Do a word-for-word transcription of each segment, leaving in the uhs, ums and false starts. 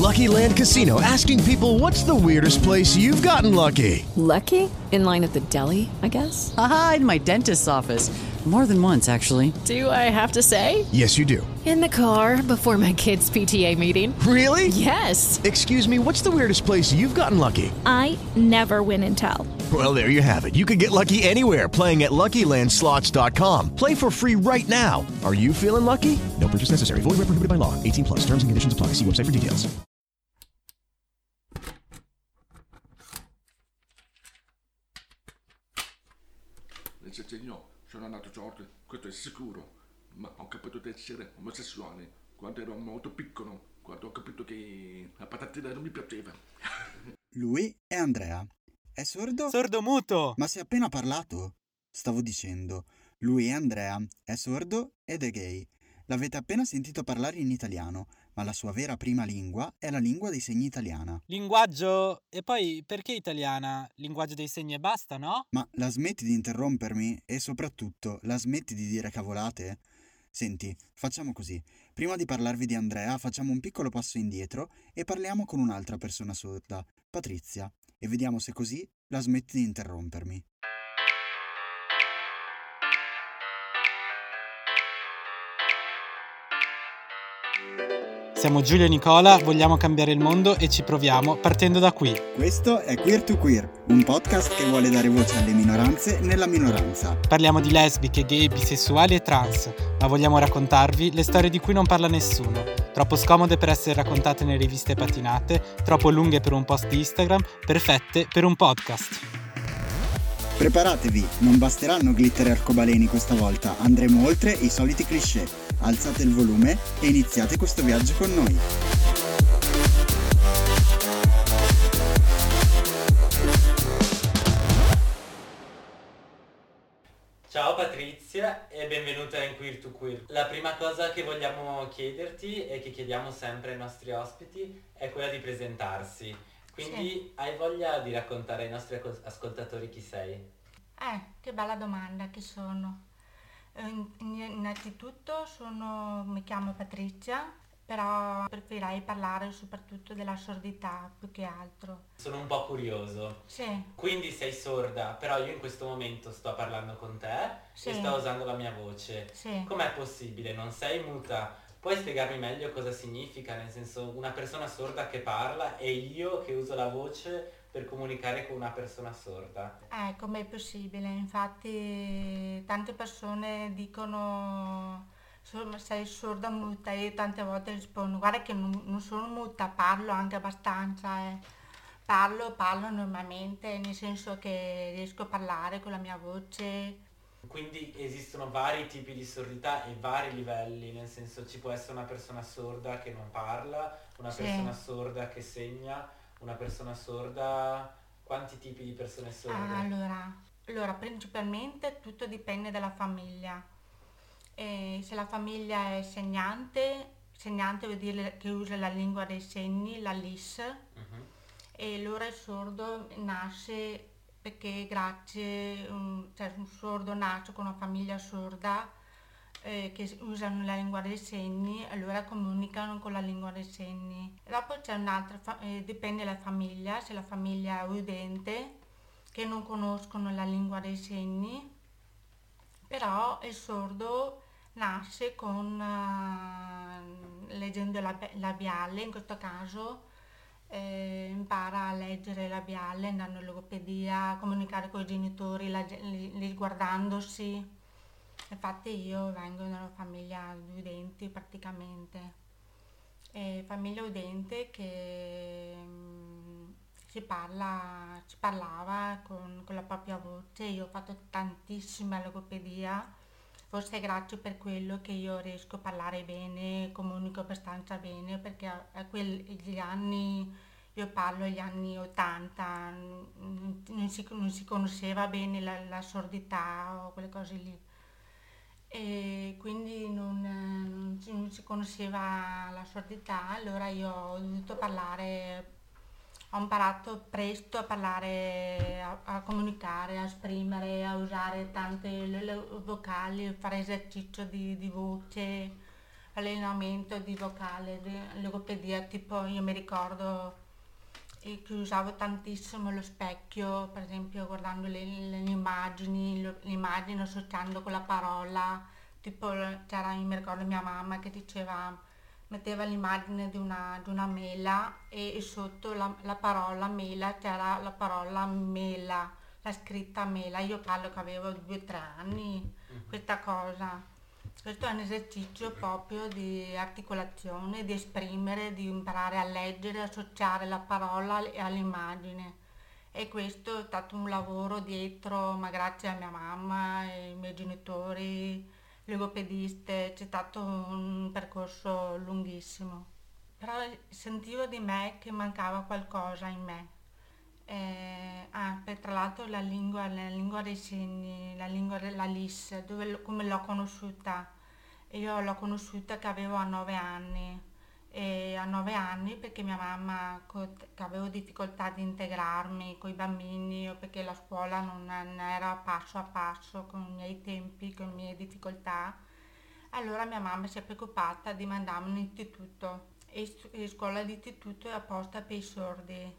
Lucky Land Casino, asking people, what's the weirdest place you've gotten lucky? Lucky? In line at the deli, I guess? Aha, in my dentist's office. More than once, actually. Do I have to say? Yes, you do. In the car before my kids' P T A meeting. Really? Yes. Excuse me, what's the weirdest place you've gotten lucky? I never win and tell. Well, there you have it. You can get lucky anywhere, playing at Lucky Land Slots dot com. Play for free right now. Are you feeling lucky? No purchase necessary. Void where prohibited by law. eighteen plus. Terms and conditions apply. See website for details. No, sono nato sordo, questo è sicuro, ma ho capito di essere omosessuale quando ero molto piccolo, quando ho capito che la patatina non mi piaceva. Lui è Andrea. È sordo? Sordomuto! Ma si è appena parlato. Stavo dicendo, lui è Andrea, è sordo ed è gay. L'avete appena sentito parlare in italiano, ma la sua vera prima lingua è la lingua dei segni italiana. Linguaggio... E poi, perché italiana? Linguaggio dei segni e basta, no? Ma la smetti di interrompermi e soprattutto la smetti di dire cavolate? Senti, facciamo così. Prima di parlarvi di Andrea, facciamo un piccolo passo indietro e parliamo con un'altra persona sorda, Patrizia, e vediamo se così la smetti di interrompermi. Siamo Giulio e Nicola, vogliamo cambiare il mondo e ci proviamo partendo da qui. Questo è Queer to Queer, un podcast che vuole dare voce alle minoranze nella minoranza. Parliamo di lesbiche, gay, bisessuali e trans, ma vogliamo raccontarvi le storie di cui non parla nessuno, troppo scomode per essere raccontate nelle riviste patinate, troppo lunghe per un post di Instagram, perfette per un podcast. Preparatevi, non basteranno glitter e arcobaleni questa volta, andremo oltre i soliti cliché. Alzate il volume e iniziate questo viaggio con noi. Ciao Patrizia e benvenuta in Queer to Queer. La prima cosa che vogliamo chiederti e che chiediamo sempre ai nostri ospiti è quella di presentarsi. Quindi sì. Hai voglia di raccontare ai nostri ascoltatori chi sei? Eh, che bella domanda, chi sono? Innanzitutto sono, mi chiamo Patrizia, però preferirei parlare soprattutto della sordità più che altro. Sono un po' curioso. Sì. Quindi sei sorda, però io in questo momento sto parlando con te sì. e sto usando la mia voce. Sì. Com'è possibile? Non sei muta? Puoi spiegarmi meglio cosa significa? Nel senso, una persona sorda che parla e io che uso la voce per comunicare con una persona sorda. Eh, com'è possibile? Infatti tante persone dicono sei sorda o muta e io tante volte rispondo guarda che non, non sono muta, parlo anche abbastanza, eh. parlo, parlo normalmente, nel senso che riesco a parlare con la mia voce. Quindi esistono vari tipi di sordità e vari livelli, nel senso ci può essere una persona sorda che non parla, una sì. persona sorda che segna, una persona sorda, quanti tipi di persone sorde? Ah, allora, allora, principalmente tutto dipende dalla famiglia. E se la famiglia è segnante, segnante vuol dire che usa la lingua dei segni, la L I S, uh-huh. e allora il sordo nasce perché grazie, um, cioè un sordo nasce con una famiglia sorda Eh, che usano la lingua dei segni, allora comunicano con la lingua dei segni. Dopo c'è un'altra, fa- eh, dipende dalla famiglia, se la famiglia è udente, che non conoscono la lingua dei segni, però il sordo nasce con uh, leggendo lab- labiale, in questo caso eh, impara a leggere labiale, andando in logopedia, a comunicare con i genitori, la, li, li guardandosi. Infatti io vengo da una famiglia di udenti praticamente, e famiglia udente che mh, si parla, si parlava con, con la propria voce. Io ho fatto tantissima logopedia, forse è grazie per quello che io riesco a parlare bene, comunico abbastanza bene, perché a, a quegli anni, io parlo agli anni ottanta, non, non, si, non si conosceva bene la, la sordità o quelle cose lì. E quindi non, non, si, non si conosceva la sordità, allora io ho dovuto parlare, ho imparato presto a parlare, a, a comunicare, a esprimere, a usare tante le, le vocali, a fare esercizio di, di voce, allenamento di vocale, di logopedia, tipo io mi ricordo e che usavo tantissimo lo specchio, per esempio guardando le, le immagini, lo- l'immagine associando con la parola, tipo c'era, io mi ricordo mia mamma che diceva, metteva l'immagine di una, di una mela e, e sotto la, la parola mela c'era la parola mela, la scritta mela, io parlo che avevo due o tre anni, questa cosa. Questo è un esercizio proprio di articolazione, di esprimere, di imparare a leggere, associare la parola al- all'immagine. E questo è stato un lavoro dietro, ma grazie a mia mamma e ai miei genitori, logopediste, c'è stato un percorso lunghissimo. Però sentivo di me che mancava qualcosa in me. Eh, ah, poi tra l'altro la lingua, la lingua dei segni, la lingua della L I S, dove, lo- come l'ho conosciuta? Io l'ho conosciuta che avevo a nove anni, e a nove anni perché mia mamma, co- che avevo difficoltà di integrarmi con i bambini o perché la scuola non, non era passo a passo con i miei tempi, con le mie difficoltà, allora mia mamma si è preoccupata di mandarmi in istituto e, s- e scuola di istituto è apposta per i sordi.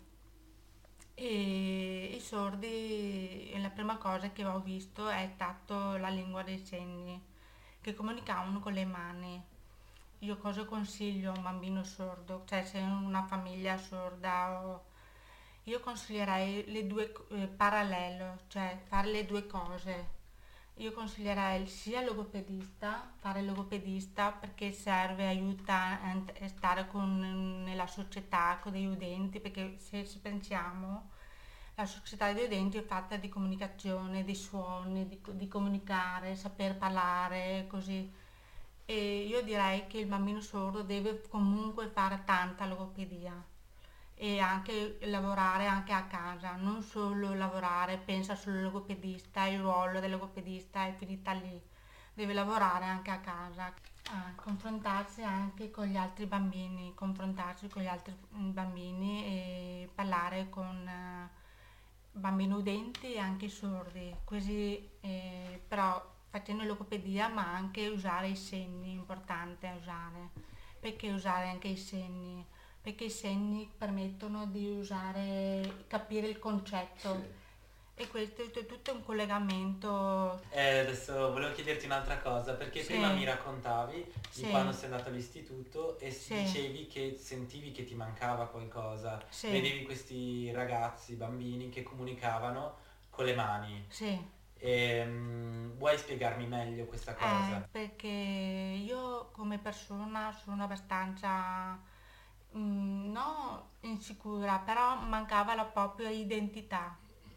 E i sordi, la prima cosa che ho visto è stato la lingua dei segni, che comunicavano con le mani. Io cosa consiglio a un bambino sordo? Cioè se è una famiglia sorda o... Io consiglierei le due co- eh, parallelo, cioè fare le due cose. Io consiglierei sia il logopedista, fare il logopedista perché serve, aiuta a ent- a stare con- nella società, con degli udenti, perché se ci pensiamo, la società degli udenti è fatta di comunicazione, di suoni, di, co- di comunicare, saper parlare, così. E io direi che il bambino sordo deve comunque fare tanta logopedia e anche lavorare anche a casa, non solo lavorare, pensa solo al logopedista, il ruolo del logopedista è finita lì, deve lavorare anche a casa. Ah, confrontarsi anche con gli altri bambini, confrontarsi con gli altri mm, bambini e parlare con eh, bambini udenti e anche sordi, così eh, però facendo logopedia ma anche usare i segni, è importante usare. Perché usare anche i segni? Perché i segni permettono di usare, capire il concetto e questo è tutto un collegamento. Eh, adesso volevo chiederti un'altra cosa, perché Sì, prima mi raccontavi di sì, quando sei andato all'istituto e s- sì, dicevi che sentivi che ti mancava qualcosa, sì, vedevi questi ragazzi, bambini che comunicavano con le mani. sì. Ehm, vuoi spiegarmi meglio questa Eh, cosa? perché io come persona sono abbastanza, mm, no insicura, però mancava la propria identità.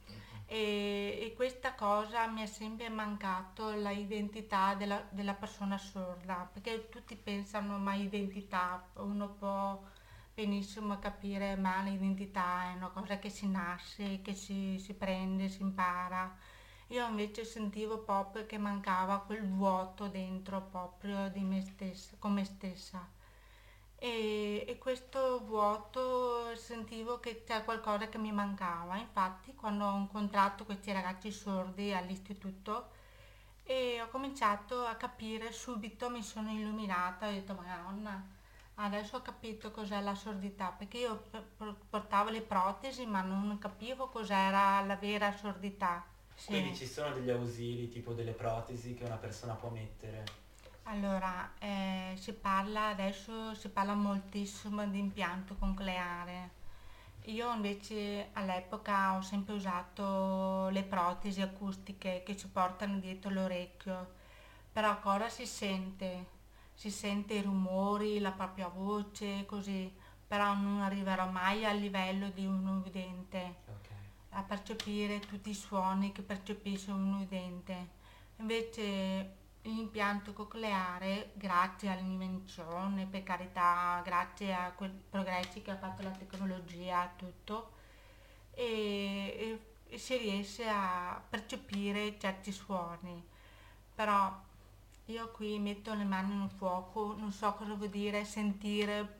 E, e questa cosa mi è sempre mancato, la identità della, della persona sorda, perché tutti pensano ma identità, uno può benissimo capire ma l'identità è una cosa che si nasce, che si, si prende, si impara. Io invece sentivo proprio che mancava quel vuoto dentro proprio di me stessa, con me stessa. E, e questo vuoto sentivo che c'è qualcosa che mi mancava. Infatti, quando ho incontrato questi ragazzi sordi all'istituto e ho cominciato a capire subito, mi sono illuminata, ho detto, Madonna, adesso ho capito cos'è la sordità, perché io p- portavo le protesi ma non capivo cos'era la vera sordità. Quindi Sì. ci sono degli ausili, tipo delle protesi che una persona può mettere. Allora, eh, si parla adesso si parla moltissimo di impianto cocleare. Io invece all'epoca ho sempre usato le protesi acustiche che si portano dietro l'orecchio, però cosa si sente? Si sente i rumori, la propria voce, così, però non arriverò mai al livello di un udente Ok. a percepire tutti i suoni che percepisce un udente. Invece l'impianto cocleare, grazie all'invenzione, per carità, grazie a quei progressi che ha fatto la tecnologia, tutto, e, e si riesce a percepire certi suoni. Però io qui metto le mani nel fuoco, non so cosa vuol dire sentire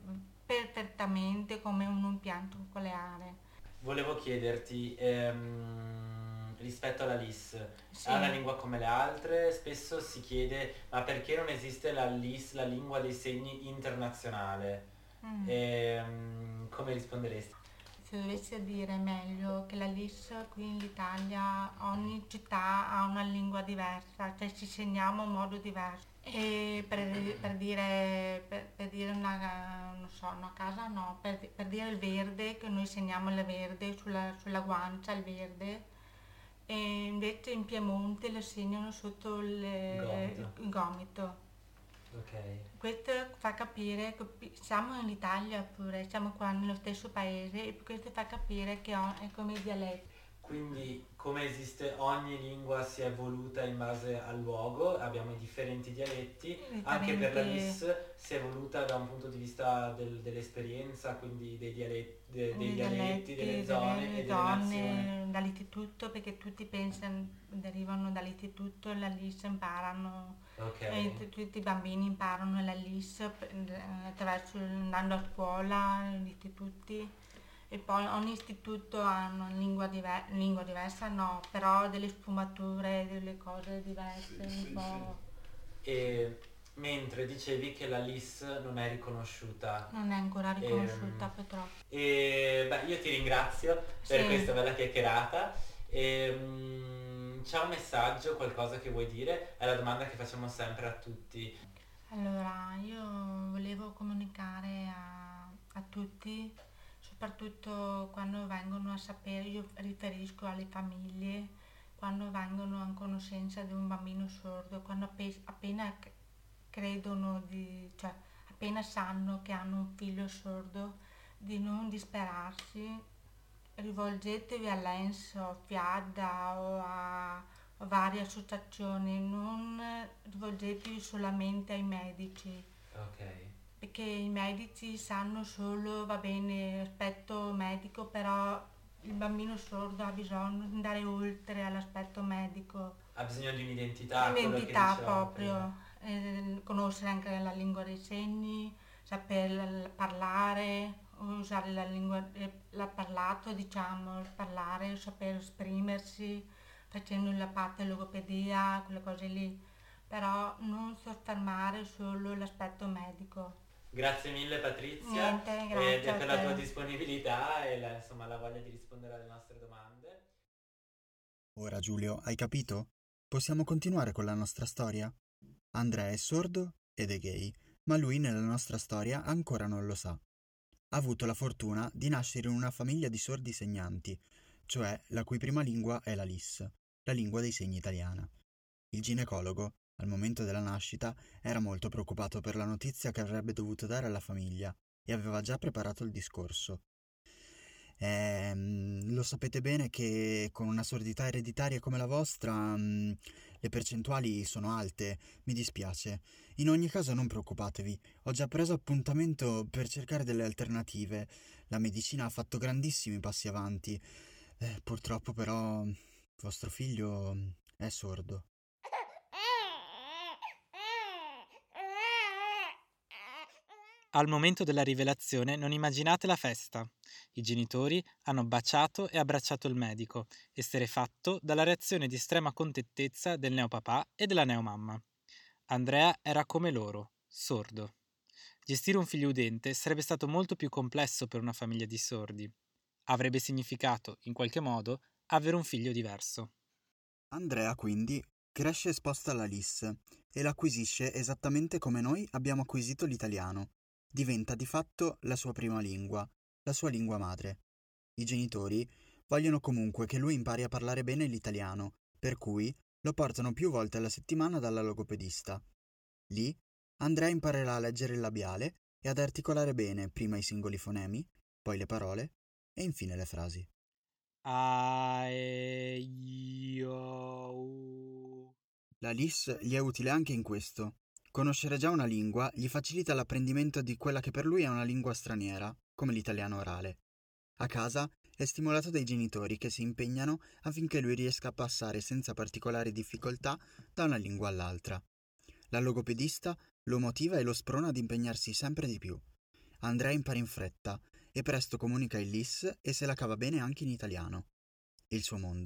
perfettamente come un impianto cocleare. Volevo chiederti, ehm, rispetto alla L I S. Sì. È una lingua come le altre, spesso si chiede ma perché non esiste la L I S, la lingua dei segni internazionale? Mm. E, um, come risponderesti? Se dovessi dire meglio che la L I S qui in Italia, ogni città ha una lingua diversa, cioè ci segniamo in modo diverso. E per, per dire, per, per dire una, non so, una casa no, per, per dire il verde, che noi segniamo il verde sulla, sulla guancia, il verde, e invece in Piemonte lo segnano sotto il Gomito. il gomito. Ok. Questo fa capire che siamo in Italia pure, siamo qua nello stesso paese, e questo fa capire che ho- è come i dialetti. Quindi come esiste ogni lingua si è evoluta in base al luogo, abbiamo i differenti dialetti, anche per la L I S si è evoluta da un punto di vista del- dell'esperienza, quindi dei dialetti, de- dei I dialetti, delle zone e delle zone, nazioni. dall'istituto, perché tutti pensano, derivano dall'istituto, la L I S imparano, Ok. e t- tutti i bambini imparano la L I S per- attraverso andando a scuola, gli istituti. E poi ogni istituto ha una lingua, diver- lingua diversa, no, però delle sfumature, delle cose diverse, Sì, un sì, po'. E mentre dicevi che la L I S non è riconosciuta. Non è ancora riconosciuta Ehm, purtroppo. E beh, io ti ringrazio per Sì. questa bella chiacchierata. E, mm, c'è un messaggio, qualcosa che vuoi dire? È la domanda che facciamo sempre a tutti. Allora, io volevo comunicare a, a tutti, soprattutto quando vengono a sapere, io riferisco alle famiglie, quando vengono a conoscenza di un bambino sordo, quando appe- appena c- credono di, cioè appena sanno che hanno un figlio sordo, di non disperarsi, rivolgetevi all'E N S o a FIAD o a a varie associazioni, non rivolgetevi solamente ai medici, Ok. perché i medici sanno solo, va bene, aspetto medico, però il bambino sordo ha bisogno di andare oltre all'aspetto medico. Ha bisogno di un'identità, quello che Un'identità dicevamo proprio, eh, conoscere anche la lingua dei segni, saper l- parlare, usare la lingua, eh, l'ha parlato, diciamo, il parlare, saper esprimersi, facendo la parte logopedia, quelle cose lì, però non soffermare solo l'aspetto medico. Grazie mille Patrizia. Niente, eh, grazie a per la te. tua disponibilità e la, insomma, la voglia di rispondere alle nostre domande. Ora Giulio, hai capito? Possiamo continuare con la nostra storia? Andrea è sordo ed è gay, ma lui nella nostra storia ancora non lo sa. Ha avuto la fortuna di nascere in una famiglia di sordi segnanti, cioè la cui prima lingua è la L I S, la lingua dei segni italiana. Il ginecologo, al momento della nascita, era molto preoccupato per la notizia che avrebbe dovuto dare alla famiglia e aveva già preparato il discorso. Ehm, lo sapete bene che con una sordità ereditaria come la vostra, mm, le percentuali sono alte, mi dispiace. In ogni caso non preoccupatevi, ho già preso appuntamento per cercare delle alternative. La medicina ha fatto grandissimi passi avanti. Eh, purtroppo però vostro figlio mm, è sordo. Al momento della rivelazione non immaginate la festa. I genitori hanno baciato e abbracciato il medico, esterrefatto dalla reazione di estrema contentezza del neopapà e della neomamma. Andrea era come loro, sordo. Gestire un figlio udente sarebbe stato molto più complesso per una famiglia di sordi. Avrebbe significato, in qualche modo, avere un figlio diverso. Andrea quindi cresce esposto alla L I S e l'acquisisce esattamente come noi abbiamo acquisito l'italiano. Diventa di fatto la sua prima lingua, la sua lingua madre. I genitori vogliono comunque che lui impari a parlare bene l'italiano, per cui lo portano più volte alla settimana dalla logopedista. Lì Andrea imparerà a leggere il labiale e ad articolare bene prima i singoli fonemi, poi le parole e infine le frasi. A, E, I, O, U. La L I S gli è utile anche in questo. Conoscere già una lingua gli facilita l'apprendimento di quella che per lui è una lingua straniera, come l'italiano orale. A casa è stimolato dai genitori che si impegnano affinché lui riesca a passare senza particolari difficoltà da una lingua all'altra. La logopedista lo motiva e lo sprona ad impegnarsi sempre di più. Andrea impara in fretta e presto comunica il L I S e se la cava bene anche in italiano. Il suo mondo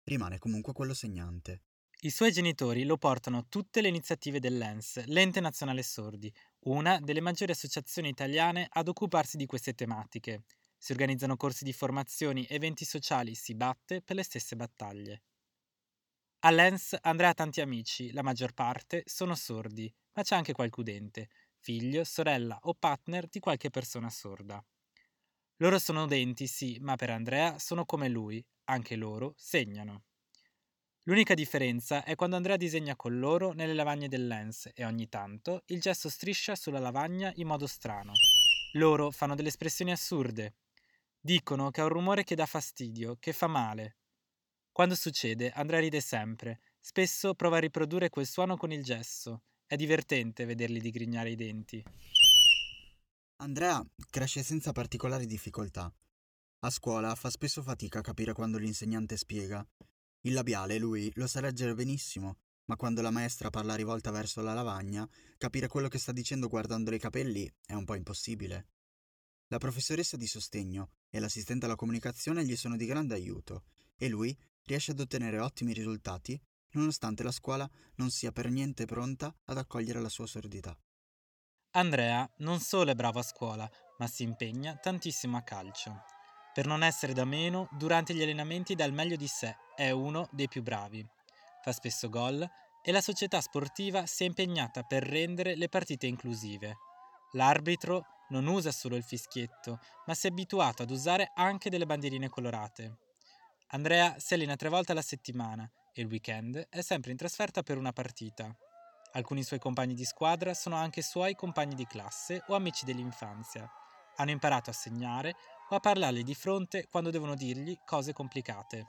rimane comunque quello segnante. I suoi genitori lo portano a tutte le iniziative dell'E N S, l'Ente Nazionale Sordi, una delle maggiori associazioni italiane ad occuparsi di queste tematiche. Si organizzano corsi di formazioni, eventi sociali, si batte per le stesse battaglie. All'E N S Andrea ha tanti amici, la maggior parte sono sordi, ma c'è anche qualche udente, figlio, sorella o partner di qualche persona sorda. Loro sono udenti, sì, ma per Andrea sono come lui, anche loro segnano. L'unica differenza è quando Andrea disegna con loro nelle lavagne dell'E N S e ogni tanto il gesto striscia sulla lavagna in modo strano. Loro fanno delle espressioni assurde. Dicono che è un rumore che dà fastidio, che fa male. Quando succede, Andrea ride sempre. Spesso prova a riprodurre quel suono con il gesso. È divertente vederli digrignare i denti. Andrea cresce senza particolari difficoltà. A scuola fa spesso fatica a capire quando l'insegnante spiega. Il labiale lui lo sa leggere benissimo, ma quando la maestra parla rivolta verso la lavagna, capire quello che sta dicendo guardando i capelli è un po' impossibile. La professoressa di sostegno e l'assistente alla comunicazione gli sono di grande aiuto e lui riesce ad ottenere ottimi risultati nonostante la scuola non sia per niente pronta ad accogliere la sua sordità. Andrea non solo è bravo a scuola, ma si impegna tantissimo a calcio. Per non essere da meno, durante gli allenamenti dà il meglio di sé, è uno dei più bravi. Fa spesso gol e la società sportiva si è impegnata per rendere le partite inclusive. L'arbitro non usa solo il fischietto, ma si è abituato ad usare anche delle bandierine colorate. Andrea si allena tre volte alla settimana e il weekend è sempre in trasferta per una partita. Alcuni suoi compagni di squadra sono anche suoi compagni di classe o amici dell'infanzia. Hanno imparato a segnare o a parlargli di fronte quando devono dirgli cose complicate.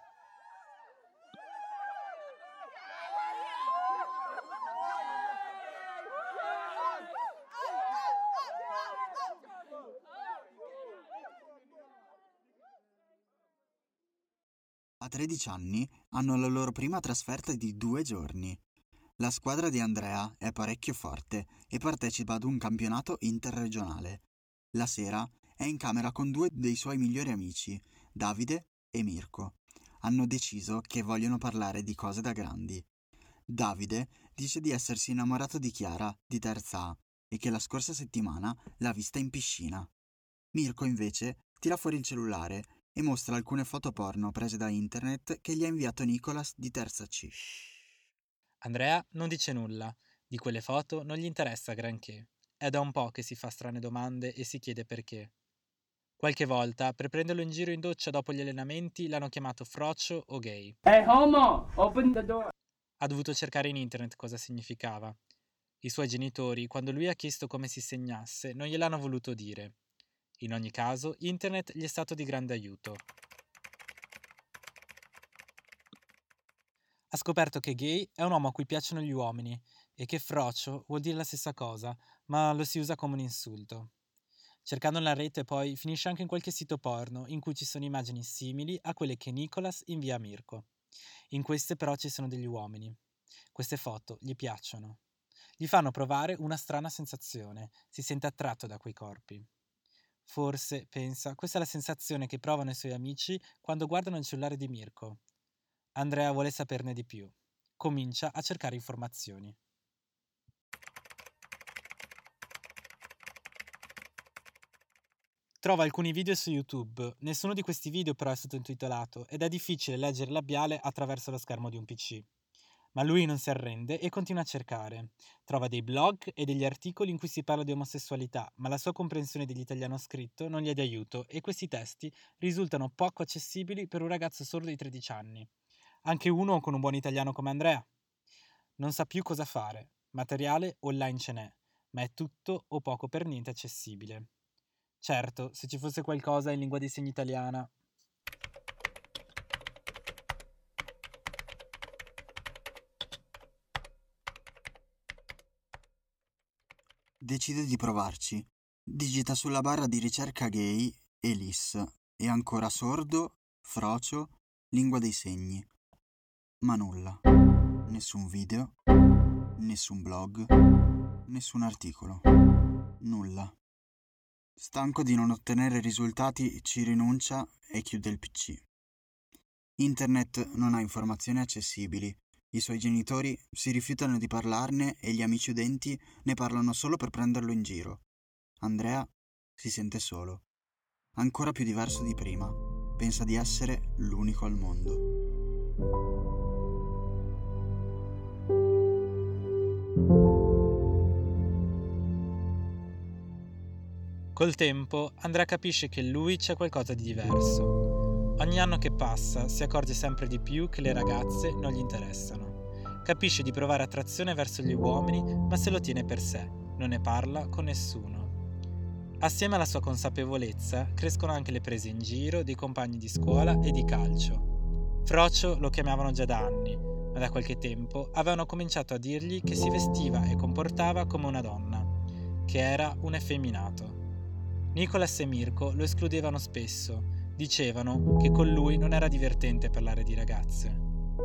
A tredici anni hanno la loro prima trasferta di due giorni. La squadra di Andrea è parecchio forte e partecipa ad un campionato interregionale. La sera è in camera con due dei suoi migliori amici, Davide e Mirko. Hanno deciso che vogliono parlare di cose da grandi. Davide dice di essersi innamorato di Chiara, di terza A, e che la scorsa settimana l'ha vista in piscina. Mirko invece tira fuori il cellulare e mostra alcune foto porno prese da internet che gli ha inviato Nicolas di terza C. Andrea non dice nulla, di quelle foto non gli interessa granché. È da un po' che si fa strane domande e si chiede perché. Qualche volta, per prenderlo in giro in doccia dopo gli allenamenti, l'hanno chiamato frocio o gay. Hey homo, open the door! Ha dovuto cercare in internet cosa significava. I suoi genitori, quando lui ha chiesto come si segnasse, non gliel'hanno voluto dire. In ogni caso, internet gli è stato di grande aiuto. Ha scoperto che gay è un uomo a cui piacciono gli uomini e che frocio vuol dire la stessa cosa, ma lo si usa come un insulto. Cercando nella rete poi finisce anche in qualche sito porno in cui ci sono immagini simili a quelle che Nicolas invia a Mirko. In queste però ci sono degli uomini. Queste foto gli piacciono. Gli fanno provare una strana sensazione, si sente attratto da quei corpi. Forse, pensa, questa è la sensazione che provano i suoi amici quando guardano il cellulare di Mirko. Andrea vuole saperne di più. Comincia a cercare informazioni. Trova alcuni video su YouTube. Nessuno di questi video però è sottotitolato ed è difficile leggere il labiale attraverso lo schermo di un P C. Ma lui non si arrende e continua a cercare. Trova dei blog e degli articoli in cui si parla di omosessualità, ma la sua comprensione dell'italiano scritto non gli è di aiuto e questi testi risultano poco accessibili per un ragazzo sordo di tredici anni. Anche uno con un buon italiano come Andrea. Non sa più cosa fare. Materiale online ce n'è, ma è tutto o poco per niente accessibile. Certo, se ci fosse qualcosa in lingua dei segni italiana. Decide di provarci. Digita sulla barra di ricerca gay e L I S e ancora sordo, frocio, lingua dei segni. Ma nulla. Nessun video, nessun blog, nessun articolo. Nulla. Stanco di non ottenere risultati, ci rinuncia e chiude il P C. Internet non ha informazioni accessibili. I suoi genitori si rifiutano di parlarne e gli amici udenti ne parlano solo per prenderlo in giro. Andrea si sente solo, ancora più diverso di prima. Pensa di essere l'unico al mondo. Col tempo Andrea capisce che in lui c'è qualcosa di diverso. Ogni anno che passa si accorge sempre di più che le ragazze non gli interessano. Capisce di provare attrazione verso gli uomini, ma se lo tiene per sé, non ne parla con nessuno. Assieme alla sua consapevolezza crescono anche le prese in giro dei compagni di scuola e di calcio. Frocio lo chiamavano già da anni, ma da qualche tempo avevano cominciato a dirgli che si vestiva e comportava come una donna, che era un effeminato. Nicolas e Mirko lo escludevano spesso, dicevano che con lui non era divertente parlare di ragazze.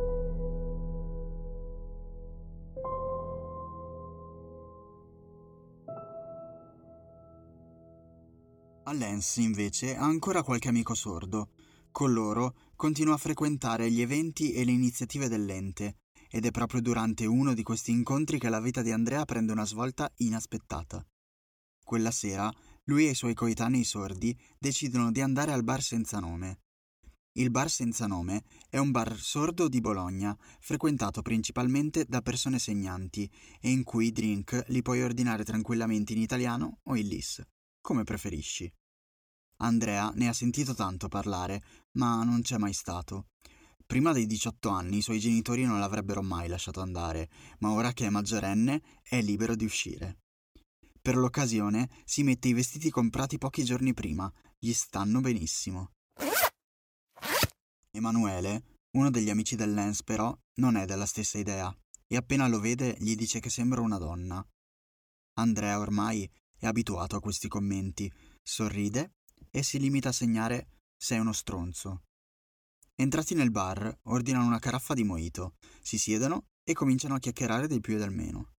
Lens, invece, ha ancora qualche amico sordo. Con loro continua a frequentare gli eventi e le iniziative dell'ente, ed è proprio durante uno di questi incontri che la vita di Andrea prende una svolta inaspettata. Quella sera, lui e i suoi coetanei sordi decidono di andare al bar senza nome. Il bar senza nome è un bar sordo di Bologna, frequentato principalmente da persone segnanti e in cui i drink li puoi ordinare tranquillamente in italiano o in L I S, come preferisci. Andrea ne ha sentito tanto parlare, ma non c'è mai stato. Prima dei diciotto anni i suoi genitori non l'avrebbero mai lasciato andare, ma ora che è maggiorenne è libero di uscire. Per l'occasione si mette i vestiti comprati pochi giorni prima, gli stanno benissimo. Emanuele, uno degli amici del Lens, però, non è della stessa idea e appena lo vede gli dice che sembra una donna. Andrea ormai è abituato a questi commenti, sorride e si limita a segnare «sei uno stronzo». Entrati nel bar, ordinano una caraffa di mojito, si siedono e cominciano a chiacchierare del più e del meno.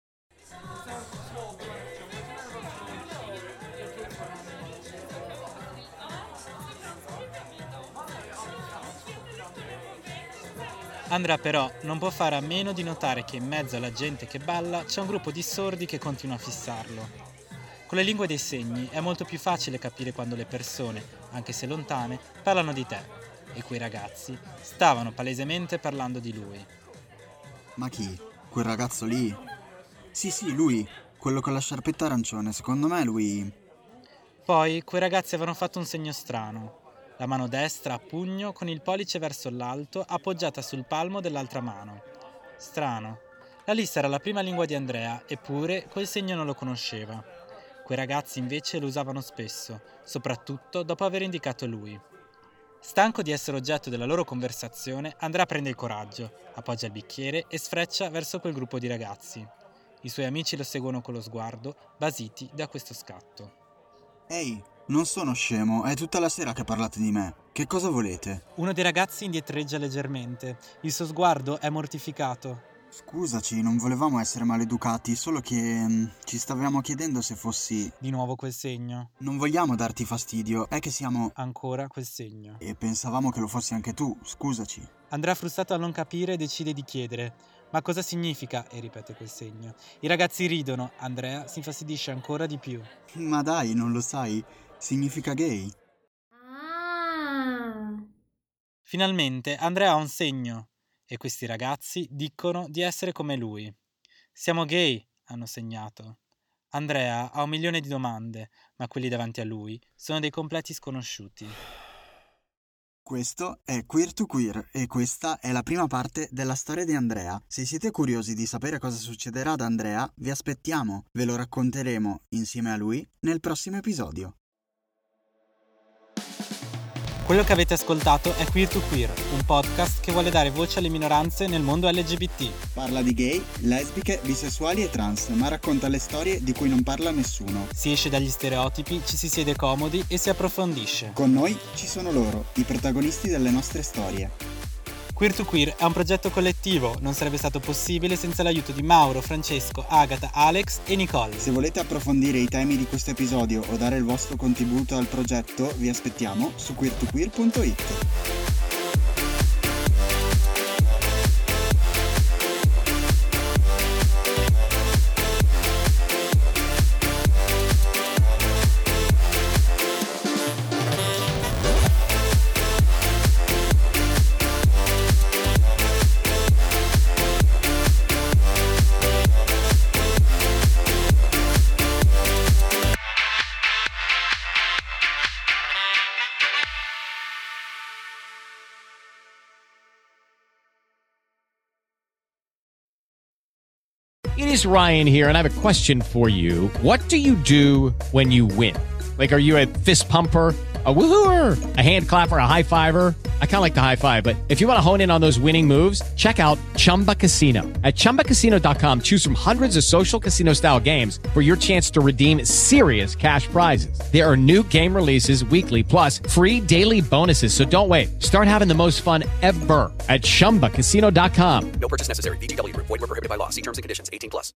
Andrea però non può fare a meno di notare che in mezzo alla gente che balla c'è un gruppo di sordi che continua a fissarlo. Con le lingue dei segni è molto più facile capire quando le persone, anche se lontane, parlano di te, e quei ragazzi stavano palesemente parlando di lui. Ma chi? Quel ragazzo lì? Sì, sì, lui, quello con la sciarpetta arancione, secondo me lui... Poi quei ragazzi avevano fatto un segno strano. La mano destra a pugno con il pollice verso l'alto appoggiata sul palmo dell'altra mano. Strano. La L I S era la prima lingua di Andrea, eppure quel segno non lo conosceva. Quei ragazzi invece lo usavano spesso, soprattutto dopo aver indicato lui. Stanco di essere oggetto della loro conversazione, Andrea prende il coraggio, appoggia il bicchiere e sfreccia verso quel gruppo di ragazzi. I suoi amici lo seguono con lo sguardo, basiti da questo scatto. Ehi, non sono scemo, è tutta la sera che parlate di me. Che cosa volete? Uno dei ragazzi indietreggia leggermente. Il suo sguardo è mortificato. Scusaci, non volevamo essere maleducati, solo che mh, ci stavamo chiedendo se fossi... Di nuovo quel segno. Non vogliamo darti fastidio, è che siamo... Ancora quel segno. E pensavamo che lo fossi anche tu, scusaci. Andrea, frustrato a non capire, decide di chiedere: ma cosa significa? E ripete quel segno. I ragazzi ridono, Andrea si infastidisce ancora di più. Ma dai, non lo sai? Significa gay. Ah. Finalmente Andrea ha un segno. E questi ragazzi dicono di essere come lui. Siamo gay, hanno segnato. Andrea ha un milione di domande, ma quelli davanti a lui sono dei completi sconosciuti. Questo è Queer to Queer e questa è la prima parte della storia di Andrea. Se siete curiosi di sapere cosa succederà ad Andrea, vi aspettiamo. Ve lo racconteremo insieme a lui nel prossimo episodio. Quello che avete ascoltato è Queer to Queer, un podcast che vuole dare voce alle minoranze nel mondo L G B T. Parla di gay, lesbiche, bisessuali e trans, ma racconta le storie di cui non parla nessuno. Si esce dagli stereotipi, ci si siede comodi e si approfondisce. Con noi ci sono loro, i protagonisti delle nostre storie. Queer to Queer è un progetto collettivo, non sarebbe stato possibile senza l'aiuto di Mauro, Francesco, Agata, Alex e Nicole. Se volete approfondire i temi di questo episodio o dare il vostro contributo al progetto, vi aspettiamo su queer to queer punto it. is Ryan here, and I have a question for you. What do you do when you win? Like, are you a fist pumper, a woohooer, a hand clapper, a high fiver? I kind of like the high five, but if you want to hone in on those winning moves, check out Chumba Casino. At chumba casino dot com, choose from hundreds of social casino style games for your chance to redeem serious cash prizes. There are new game releases weekly, plus free daily bonuses. So don't wait. Start having the most fun ever at chumba casino dot com. No purchase necessary. V G W Group. Void where prohibited by law. See terms and conditions. eighteen plus.